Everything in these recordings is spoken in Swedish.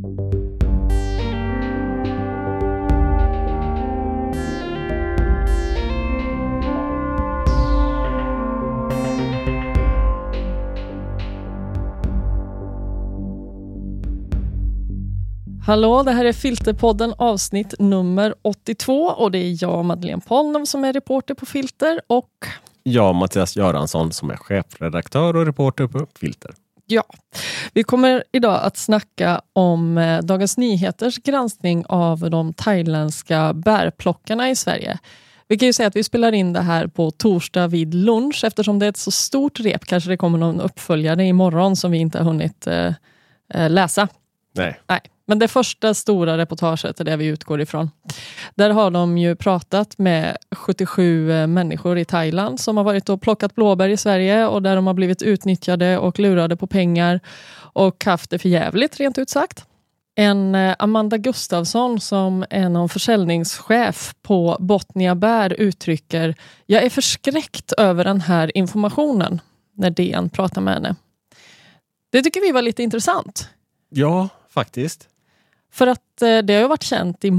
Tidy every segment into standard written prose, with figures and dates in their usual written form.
Hallå, det här är Filterpodden avsnitt nummer 82 och det är jag, Madeleine Polnov, som är reporter på Filter och... Jag, Mattias Göransson, som är chefredaktör och reporter på Filter. Ja, vi kommer idag att snacka om Dagens Nyheters granskning av de thailändska bärplockarna i Sverige. Vi kan ju säga att vi spelar in det här på torsdag vid lunch eftersom det är ett så stort rep. Kanske det kommer någon uppföljare imorgon som vi inte har hunnit läsa. Nej. Men det första stora reportaget är det vi utgår ifrån. Där har de ju pratat med 77 människor i Thailand som har varit och plockat blåbär i Sverige och där de har blivit utnyttjade och lurade på pengar och haft det för jävligt, rent ut sagt. En Amanda Gustafsson som är någon försäljningschef på Botnia Bär uttrycker: jag är förskräckt över den här informationen när DN pratar med henne. Det tycker vi var lite intressant. Ja, faktiskt. För att det har ju varit känt i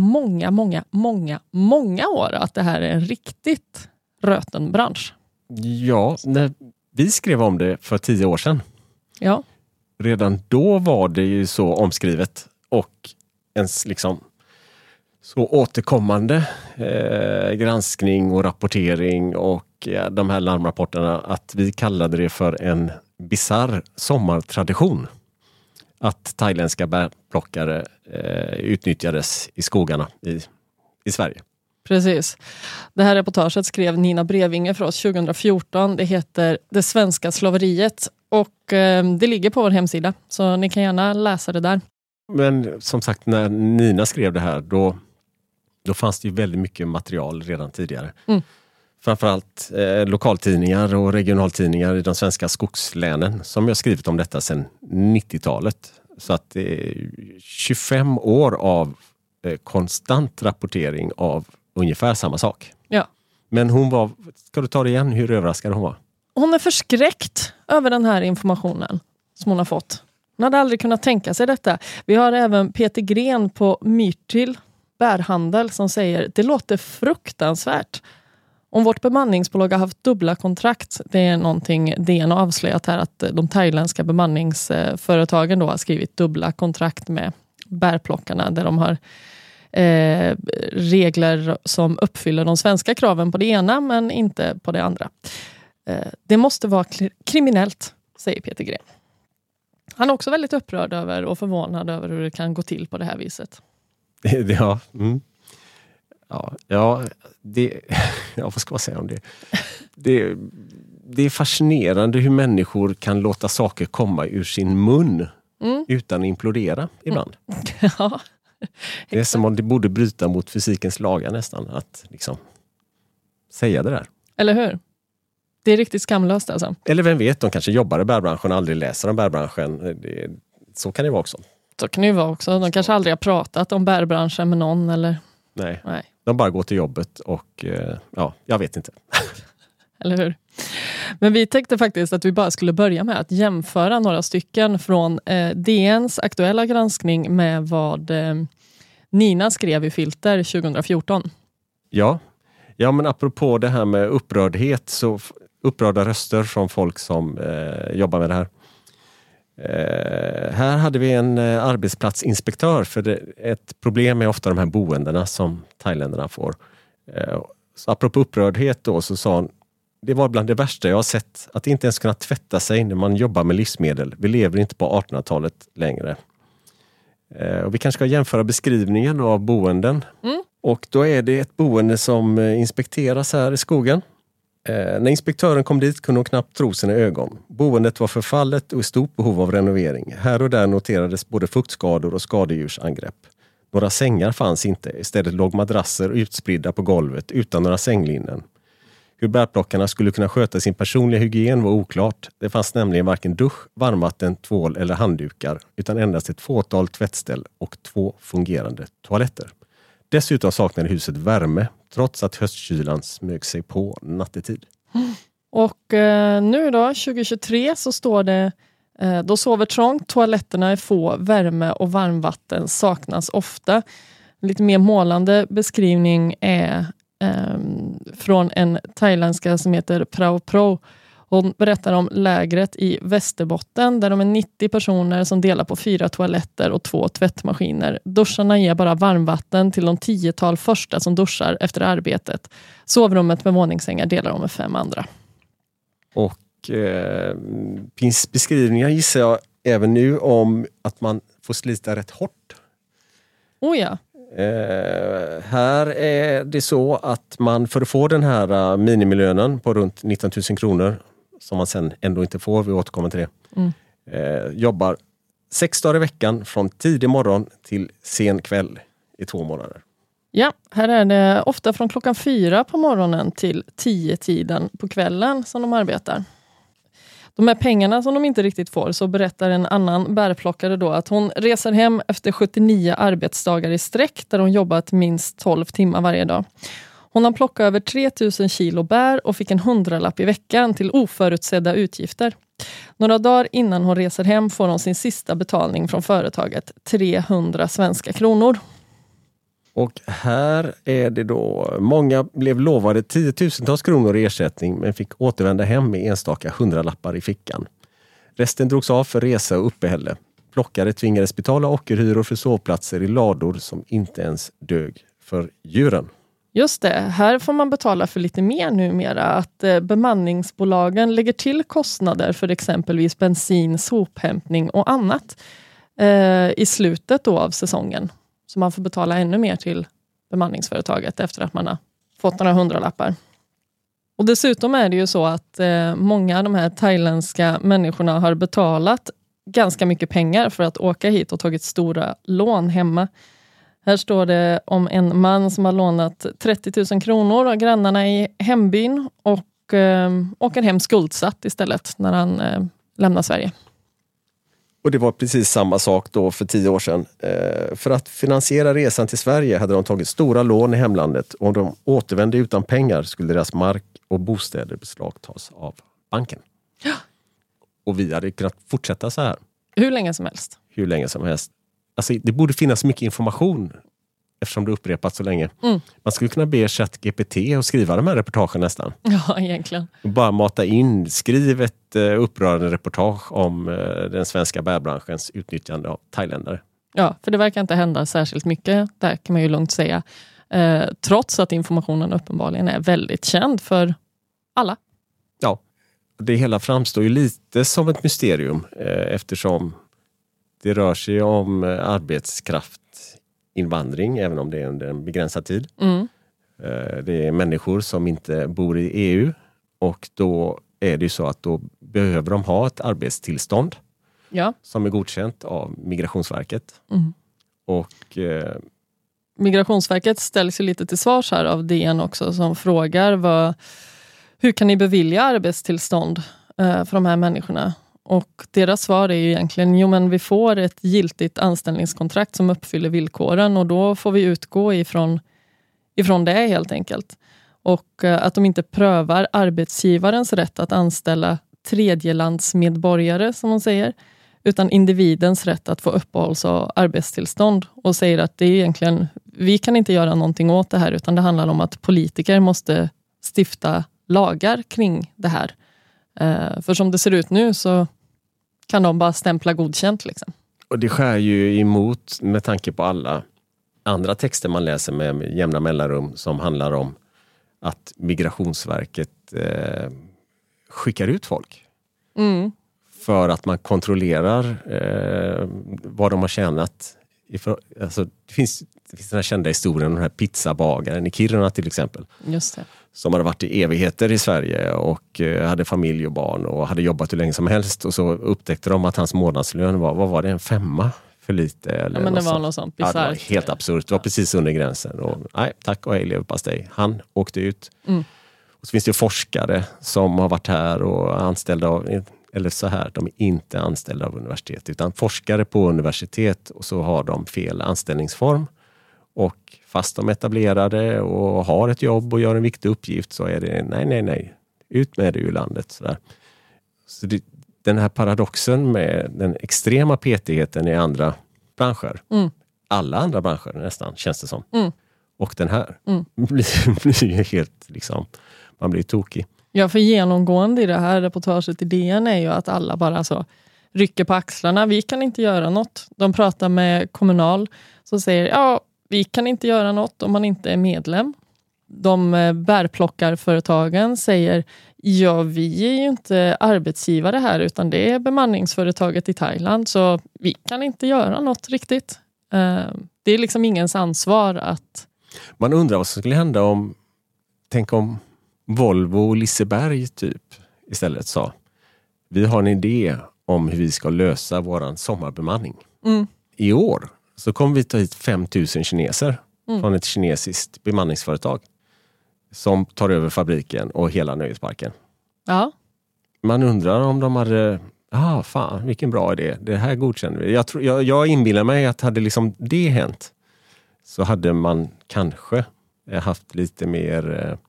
många år att det här är en riktigt röten bransch. Ja, när vi skrev om det för 10 år sedan. Ja. Redan då var det ju så omskrivet och ens liksom så återkommande granskning och rapportering och de här larmrapporterna att vi kallade det för en bizarr sommartradition. Att thailändska bärplockare utnyttjades i skogarna i Sverige. Precis. Det här reportaget skrev Nina Brevinge för oss 2014. Det heter Det svenska slaveriet och det ligger på vår hemsida. Så ni kan gärna läsa det där. Men som sagt, när Nina skrev det här då fanns det ju väldigt mycket material redan tidigare. Mm. Framförallt lokaltidningar och regionaltidningar i de svenska skogslänen som jag skrivit om detta sedan 90-talet. Så att det är 25 år av konstant rapportering av ungefär samma sak. Ja. Men hon var, ska du ta det igen, hur överraskad hon var? Hon är förskräckt över den här informationen som hon har fått. Hon hade aldrig kunnat tänka sig detta. Vi har även Peter Gren på Myrtil bärhandel som säger: det låter fruktansvärt. Om vårt bemanningsbolag har haft dubbla kontrakt, det är någonting DN har avslöjat här, att de thailändska bemanningsföretagen då har skrivit dubbla kontrakt med bärplockarna där de har regler som uppfyller de svenska kraven på det ena men inte på det andra. Det måste vara kriminellt, säger Peter Gren. Han är också väldigt upprörd över och förvånad över hur det kan gå till på det här viset. Ja, vad ska man säga om det? Det är fascinerande hur människor kan låta saker komma ur sin mun utan att implodera ibland. Ja, det är som om det borde bryta mot fysikens lagar nästan, att liksom säga det där. Eller hur? Det är riktigt skamlöst alltså. Eller vem vet, de kanske jobbar i bärbranschen och aldrig läser om bärbranschen. Så kan det vara också. Så kan det vara också. De kanske aldrig har pratat om bärbranschen med någon eller... Nej. De bara går till jobbet och jag vet inte. Eller hur? Men vi tänkte faktiskt att vi bara skulle börja med att jämföra några stycken från DNs aktuella granskning med vad Nina skrev i Filter 2014. Ja, men apropå det här med upprördhet, så upprörda röster från folk som jobbar med det här. Här hade vi en arbetsplatsinspektör, för ett problem är ofta de här boendena som thailändarna får. Så apropå upprördhet då, så sa hon: det var bland det värsta jag har sett, att inte ens kunna tvätta sig när man jobbar med livsmedel. Vi lever inte på 1800-talet längre. Och vi kanske ska jämföra beskrivningen av boenden. Och då är det ett boende som inspekteras här i skogen. När inspektören kom dit kunde hon knappt tro sina ögon. Boendet var förfallet och i stort behov av renovering. Här och där noterades både fuktskador och skadedjursangrepp. Några sängar fanns inte. Istället låg madrasser utspridda på golvet utan några sänglinnen. Hur bärplockarna skulle kunna sköta sin personliga hygien var oklart. Det fanns nämligen varken dusch, varmvatten, tvål eller handdukar, utan endast ett fåtal tvättställ och 2 fungerande toaletter. Dessutom saknade huset värme, trots att höstkylan smög sig på nattetid. Och nu då, 2023, så står det De sover trångt, toaletterna är få, värme och varmvatten saknas ofta. En lite mer målande beskrivning är från en thailändska som heter Prao Pro. Hon berättar om lägret i Västerbotten där de är 90 personer som delar på 4 toaletter och 2 tvättmaskiner. Duscharna ger bara varmvatten till de 10-tal första som duschar efter arbetet. Sovrummet med våningssängar delar de med 5 andra. Och finns beskrivningar, gissar jag, även nu om att man får slita rätt hårt. Oh ja. Här är det så att man för att få den här minimilönen på runt 19 000 kronor som man sen ändå inte får, vi återkommer till det, jobbar 6 dagar i veckan från tidig morgon till sen kväll i 2 månader. Ja, här är det ofta från klockan 4 på morgonen till 10-tiden på kvällen som de arbetar. De här pengarna som de inte riktigt får, så berättar en annan bärplockare då att hon reser hem efter 79 arbetsdagar i sträck där hon jobbat minst 12 timmar varje dag. Hon har plockat över 3000 kilo bär och fick en 100-lapp i veckan till oförutsedda utgifter. Några dagar innan hon reser hem får hon sin sista betalning från företaget, 300 svenska kronor. Och här är det då, många blev lovade 10 000-tals kronor i ersättning men fick återvända hem med enstaka 100-lappar i fickan. Resten drogs av för resa och uppehälle. Plockare tvingades betala ockerhyror för sovplatser i lador som inte ens dög för djuren. Just det, här får man betala för lite mer numera. Att bemanningsbolagen lägger till kostnader för exempelvis bensin, sophämtning och annat i slutet då av säsongen. Så man får betala ännu mer till bemanningsföretaget efter att man har fått några 100-lappar. Och dessutom är det ju så att många av de här thailändska människorna har betalat ganska mycket pengar för att åka hit och tagit stora lån hemma. Här står det om en man som har lånat 30 000 kronor av grannarna i hembyn och åker hem skuldsatt istället när han lämnar Sverige. Och det var precis samma sak då för 10 år sedan. För att finansiera resan till Sverige hade de tagit stora lån i hemlandet. Och om de återvände utan pengar skulle deras mark och bostäder beslagtas av banken. Ja. Och vi hade kunnat fortsätta så här. Hur länge som helst. Hur länge som helst. Alltså, det borde finnas mycket information eftersom det upprepats så länge. Man skulle kunna be ChatGPT och skriva de här reportagen nästan. Ja, egentligen. Och bara mata in, skriv ett upprörande reportage om den svenska bärbranschens utnyttjande av thailändare. Ja, för det verkar inte hända särskilt mycket, där kan man ju lugnt säga. Trots att informationen uppenbarligen är väldigt känd för alla. Ja, det hela framstår ju lite som ett mysterium eftersom det rör sig om arbetskraftinvandring även om det är under en begränsad tid. Det är människor som inte bor i EU och då är det ju så att då behöver de ha ett arbetstillstånd som är godkänt av Migrationsverket. Och Migrationsverket ställs ju lite till svars här av DN också som frågar hur kan ni bevilja arbetstillstånd för de här människorna? Och deras svar är ju egentligen, men vi får ett giltigt anställningskontrakt som uppfyller villkoren och då får vi utgå ifrån det helt enkelt. Och att de inte prövar arbetsgivarens rätt att anställa tredjelandsmedborgare som man säger, utan individens rätt att få uppehålls- och arbetstillstånd och säger att det är egentligen, vi kan inte göra någonting åt det här utan det handlar om att politiker måste stifta lagar kring det här. För som det ser ut nu så kan de bara stämpla godkänt liksom. Och det skär ju emot med tanke på alla andra texter man läser med jämna mellanrum som handlar om att Migrationsverket skickar ut folk. För att man kontrollerar vad de har tjänat. Alltså, det finns den här kända historien om den här pizzabagaren i Kiruna till exempel. Just det. Som hade varit i evigheter i Sverige och hade familj och barn och hade jobbat hur länge som helst och så upptäckte de att hans månadslön var det, en 5 för lite? Eller men det var något sånt bizarrt. Ja, det var helt absurt. Det var precis under gränsen. Och, nej, tack och hej leverpastej. Han åkte ut. Och så finns det forskare som har varit här och anställda av, eller så här, de är inte anställda av universitet utan forskare på universitet och så har de fel anställningsform. Och fast de är etablerade och har ett jobb och gör en viktig uppgift så är det nej. Ut med det ur landet. Så den här paradoxen med den extrema petigheten i andra branscher. Alla andra branscher nästan, känns det som. Och den här blir ju helt liksom, man blir tokig. Ja, för genomgående i det här reportaget i DN är ju att alla bara så rycker på axlarna. Vi kan inte göra något. De pratar med Kommunal som säger vi kan inte göra något om man inte är medlem. De bärplockarföretagen säger vi är ju inte arbetsgivare här utan det är bemanningsföretaget i Thailand så vi kan inte göra något riktigt. Det är liksom ingens ansvar att... Man undrar vad som skulle hända om Volvo och Liseberg typ istället sa vi har en idé om hur vi ska lösa våran sommarbemanning. I år så kommer vi ta hit 5000 kineser från ett kinesiskt bemanningsföretag som tar över fabriken och hela nöjesparken. Ja. Man undrar om de hade fan vilken bra idé, det här godkänner vi. Jag inbillar mig att hade liksom det hänt så hade man kanske haft lite mer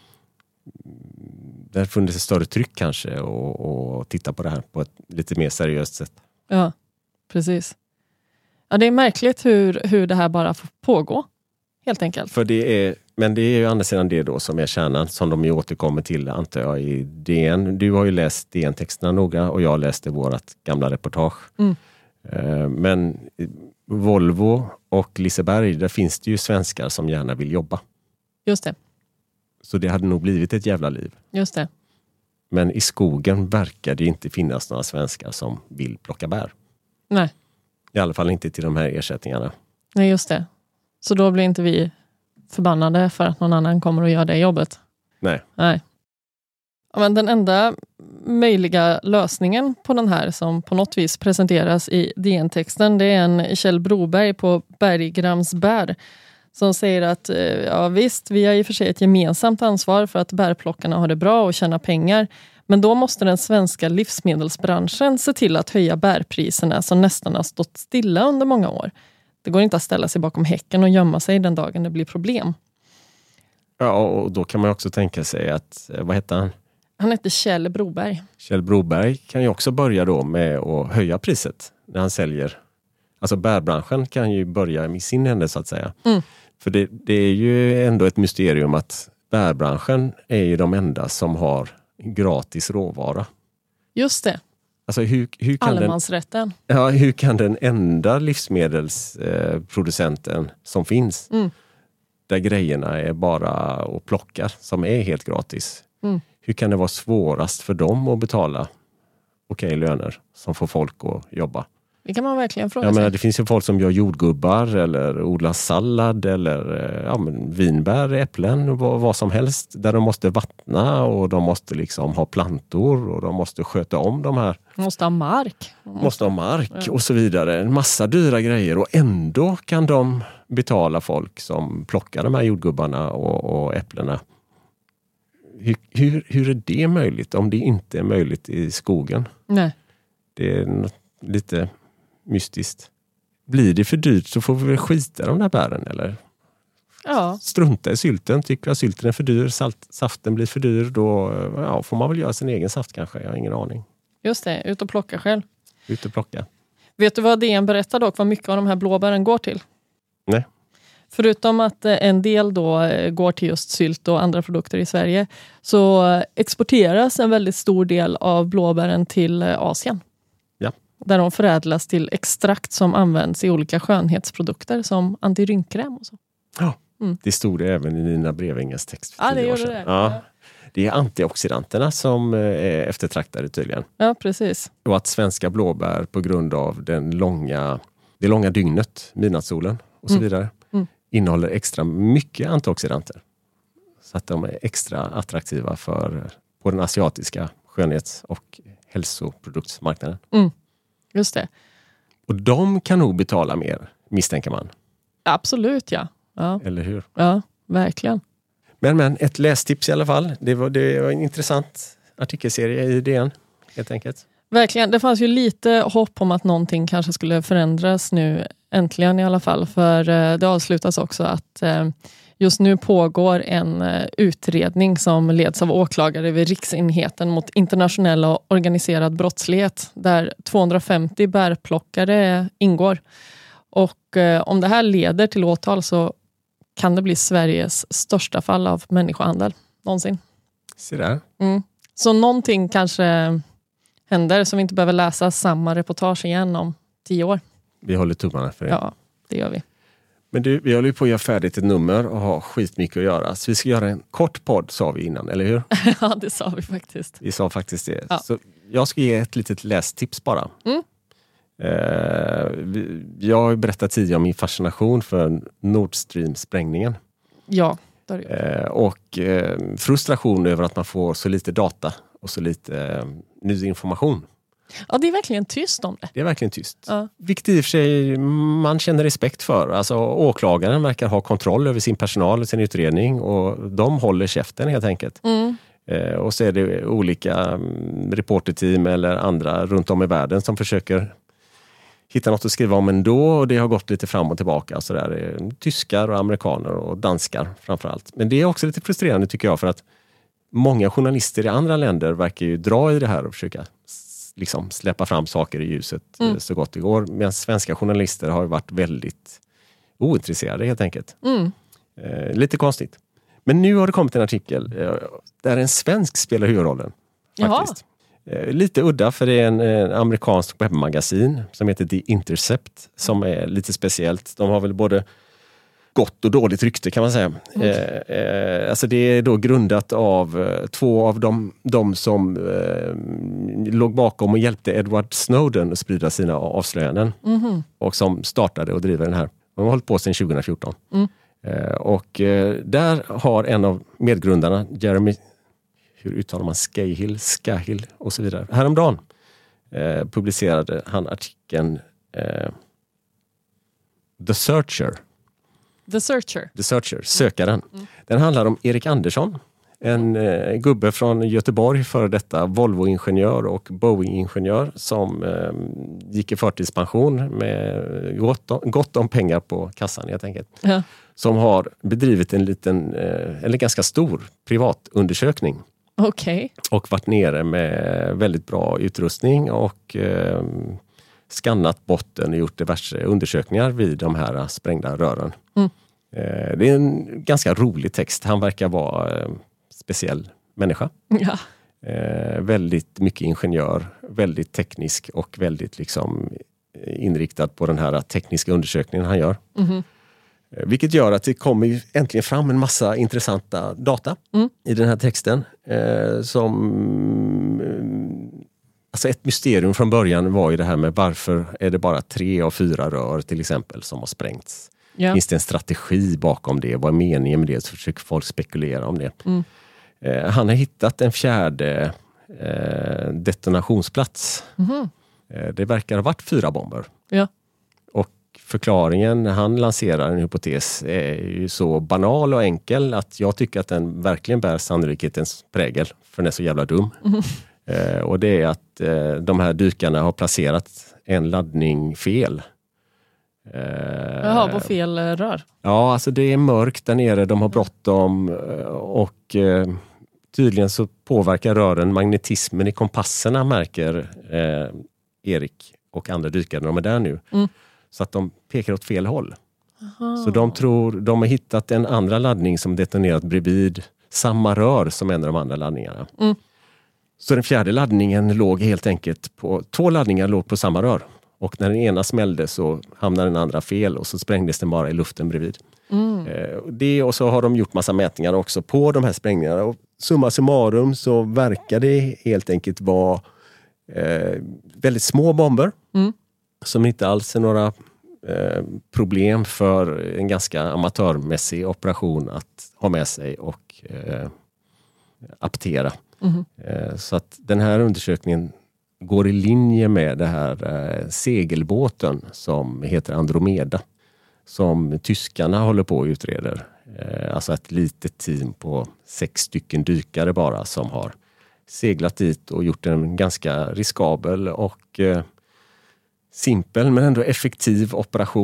det hade funnits ett större tryck kanske och titta på det här på ett lite mer seriöst sätt. Ja, precis. Ja, det är märkligt hur det här bara får pågå, helt enkelt. Men det är ju andra sidan det då som är kärnan som de ju återkommer till antar jag i DN. Du har ju läst DN-texterna noga och jag läste vårat gamla reportage. Men Volvo och Liseberg, där finns det ju svenskar som gärna vill jobba. Just det. Så det hade nog blivit ett jävla liv. Just det. Men i skogen verkar det inte finnas några svenskar som vill plocka bär. Nej. I alla fall inte till de här ersättningarna. Nej, just det. Så då blir inte vi förbannade för att någon annan kommer och gör det jobbet. Nej. Ja, men den enda möjliga lösningen på den här som på något vis presenteras i DN-texten det är en Kjell Broberg på Berggrams bär som säger att visst, vi har i och för sig ett gemensamt ansvar för att bärplockarna har det bra och tjänar pengar. Men då måste den svenska livsmedelsbranschen se till att höja bärpriserna som nästan har stått stilla under många år. Det går inte att ställa sig bakom häcken och gömma sig den dagen det blir problem. Ja, och då kan man också tänka sig att, vad heter han? Han heter Kjell Broberg. Kjell Broberg kan ju också börja då med att höja priset när han säljer. Alltså bärbranschen kan ju börja med sin ände så att säga. För det är ju ändå ett mysterium att bärbranschen är ju de enda som har gratis råvara. Just det. Alltså hur kan allemansrätten. Hur kan den enda livsmedelsproducenten som finns där grejerna är bara att plocka som är helt gratis. Hur kan det vara svårast för dem att betala okej löner som får folk att jobba? Det kan man verkligen fråga sig. Det finns ju folk som gör jordgubbar eller odlar sallad eller vinbär, äpplen, vad som helst. Där de måste vattna och de måste liksom ha plantor och de måste sköta om de här. Måste ha mark. Måste ha mark och så vidare. En massa dyra grejer och ändå kan de betala folk som plockar de här jordgubbarna och äpplena. Hur är det möjligt om det inte är möjligt i skogen? Nej. Det är lite mystiskt. Blir det för dyrt så får vi väl skita de där bären eller? Ja. Strunta i sylten. Tycker att sylten är för dyr, saften blir för dyr, då får man väl göra sin egen saft kanske. Jag har ingen aning. Just det, ut och plocka själv. Ut och plocka. Vet du vad DN berättar dock vad mycket av de här blåbären går till? Nej. Förutom att en del då går till just sylt och andra produkter i Sverige så exporteras en väldigt stor del av blåbären till Asien. Ja. Där de förädlas till extrakt som används i olika skönhetsprodukter som antirynkkräm och så. Ja, det stod det även i Nina Brevinges text för 10 år sedan. gjorde det. Ja. Det är antioxidanterna som är eftertraktade tydligen. Ja, precis. Och att svenska blåbär på grund av det långa dygnet, midnattssolen och så vidare, innehåller extra mycket antioxidanter. Så att de är extra attraktiva på den asiatiska skönhets- och hälsoproduktsmarknaden. Just det. Och de kan nog betala mer, misstänker man. Absolut, ja. Eller hur? Ja, verkligen. Men ett lästips i alla fall. Det var en intressant artikelserie i DN, helt enkelt. Verkligen. Det fanns ju lite hopp om att någonting kanske skulle förändras nu, äntligen i alla fall. För det avslutas också att Just nu pågår en utredning som leds av åklagare vid Riksenheten mot internationell och organiserad brottslighet där 250 bärplockare ingår. Och om det här leder till åtal så kan det bli Sveriges största fall av människohandel någonsin. Se där. Så någonting kanske händer som vi inte behöver läsa samma reportage igen om 10 år. Vi håller tummarna för det. Ja, det gör vi. Men du, vi håller ju på att göra färdigt ett nummer och har skitmycket att göra. Så vi ska göra en kort podd, sa vi innan, eller hur? Ja, det sa vi faktiskt. Vi sa faktiskt det. Ja. Så jag ska ge ett litet lästips bara. Jag har ju berättat tidigare om min fascination för Nord Stream-sprängningen. Ja, det har du. Och frustration över att man får så lite data och så lite ny information. Ja, det är verkligen tyst om det. Det är verkligen tyst. Ja. Vilket i och för sig man känner respekt för. Alltså, åklagaren verkar ha kontroll över sin personal och sin utredning och de håller käften helt enkelt. Och så är det olika reporterteam eller andra runt om i världen som försöker hitta något att skriva om ändå och det har gått lite fram och tillbaka. Så där är tyskar och amerikaner och danskar framförallt. Men det är också lite frustrerande tycker jag för att många journalister i andra länder verkar ju dra i det här och försöka liksom släppa fram saker i ljuset så gott det går. Medan svenska journalister har varit väldigt ointresserade helt enkelt. Lite konstigt. Men nu har det kommit en artikel där en svensk spelar huvudrollen. Faktiskt. Lite udda för det är en amerikansk webbmagasin som heter The Intercept som är lite speciellt. De har väl både gott och dåligt rykte kan man säga. Alltså det är då grundat av 2 av de som låg bakom och hjälpte Edward Snowden att sprida sina avslöjanden. Och som startade och driver den här. De har hållit på sedan 2014. Och där har en av medgrundarna, Jeremy, hur uttalar man Scahill och så vidare. Häromdagen publicerade han artikeln The Searcher, sökaren. Den handlar om Erik Andersson, en gubbe från Göteborg, före detta Volvo-ingenjör och Boeing-ingenjör som gick i förtidspension med gott om pengar på kassan helt enkelt. Ja. Som har bedrivit en liten, eller ganska stor privatundersökning. Okej. Och varit nere med väldigt bra utrustning och skannat botten och gjort diverse undersökningar vid de här sprängda rören. Det är en ganska rolig text. Han verkar vara speciell människa. Ja. Väldigt mycket ingenjör, väldigt teknisk och väldigt liksom inriktad på den här tekniska undersökningen han gör. Vilket gör att det kommer ju äntligen fram en massa intressanta data i den här texten. Alltså ett mysterium från början var ju det här med varför är det bara 3 av 4 rör till exempel som har sprängts. Ja. Finns det en strategi bakom det? Vad är meningen med det? Så försöker folk spekulera om det. Han har hittat en 4:e detonationsplats. Det verkar ha varit 4 bomber. Ja. Och förklaringen när han lanserar en hypotes är ju så banal och enkel att jag tycker att den verkligen bär sannolikhetens prägel för den är så jävla dum. Och det är att de här dykarna har placerat en laddning fel. Jaha, på fel rör. Ja, alltså det är mörkt där nere, de har bråttom och tydligen så påverkar rören magnetismen i kompasserna märker Erik och andra dykare när de är där nu. Så att de pekar åt fel håll. Så de tror, de har hittat en andra laddning som detonerat bredvid samma rör som en av de andra laddningarna. Så den 4:e laddningen låg helt enkelt på, 2 laddningar låg på samma rör. Och när den ena smällde så hamnade den andra fel och så sprängdes den bara i luften bredvid. Det, och så har de gjort massa mätningar också på de här sprängningarna. Och summa summarum så verkar det helt enkelt vara väldigt små bomber. Som inte alls är några problem för en ganska amatörmässig operation att ha med sig och aptera. Så att den här undersökningen går i linje med det här segelbåten som heter Andromeda. Som tyskarna håller på och utreder. Alltså ett litet team på 6 stycken dykare bara som har seglat dit och gjort en ganska riskabel och simpel men ändå effektiv operation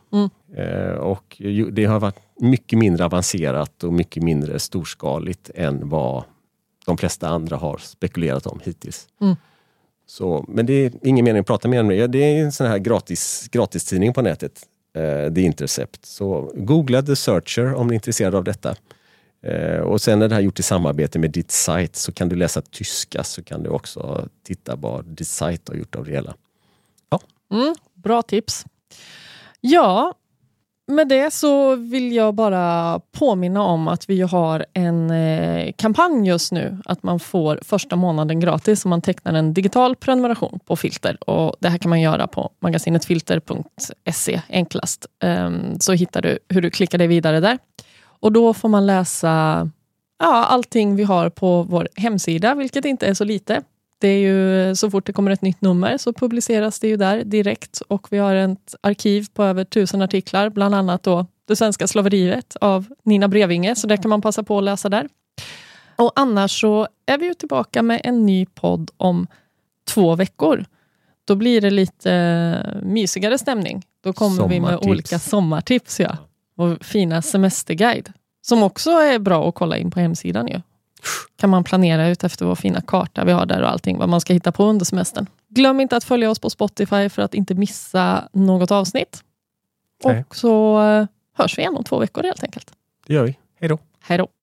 Och det har varit mycket mindre avancerat och mycket mindre storskaligt än vad de flesta andra har spekulerat om hittills. Så, men det är ingen mening att prata mer om det. Det är en sån här gratistidning på nätet, The Intercept. Så googla The Searcher om ni är intresserade av detta. Och sen när det här gjort i samarbete med ditt sajt så kan du läsa tyska, så kan du också titta vad ditt sajt har gjort av det hela. Ja. Bra tips. Ja, med det så vill jag bara påminna om att vi har en kampanj just nu. Att man får första månaden gratis om man tecknar en digital prenumeration på Filter. Och det här kan man göra på magasinetfilter.se enklast. Så hittar du hur du klickar dig vidare där. Och då får man läsa allting vi har på vår hemsida, vilket inte är så lite. Det är ju så fort det kommer ett nytt nummer så publiceras det ju där direkt. Och vi har ett arkiv på över 1000 artiklar, bland annat då Det svenska slaveriet av Nina Brevinge. Så det kan man passa på att läsa där. Och annars så är vi ju tillbaka med en ny podd om 2 veckor. Då blir det lite mysigare stämning. Då kommer vi med olika sommartips, ja. Och fina semesterguide. Som också är bra att kolla in på hemsidan ju. Kan man planera ut efter vår fina karta vi har där och allting. Vad man ska hitta på under semestern. Glöm inte att följa oss på Spotify för att inte missa något avsnitt. Och så hörs vi igen om 2 veckor helt enkelt. Det gör vi. Hej då. Hej då.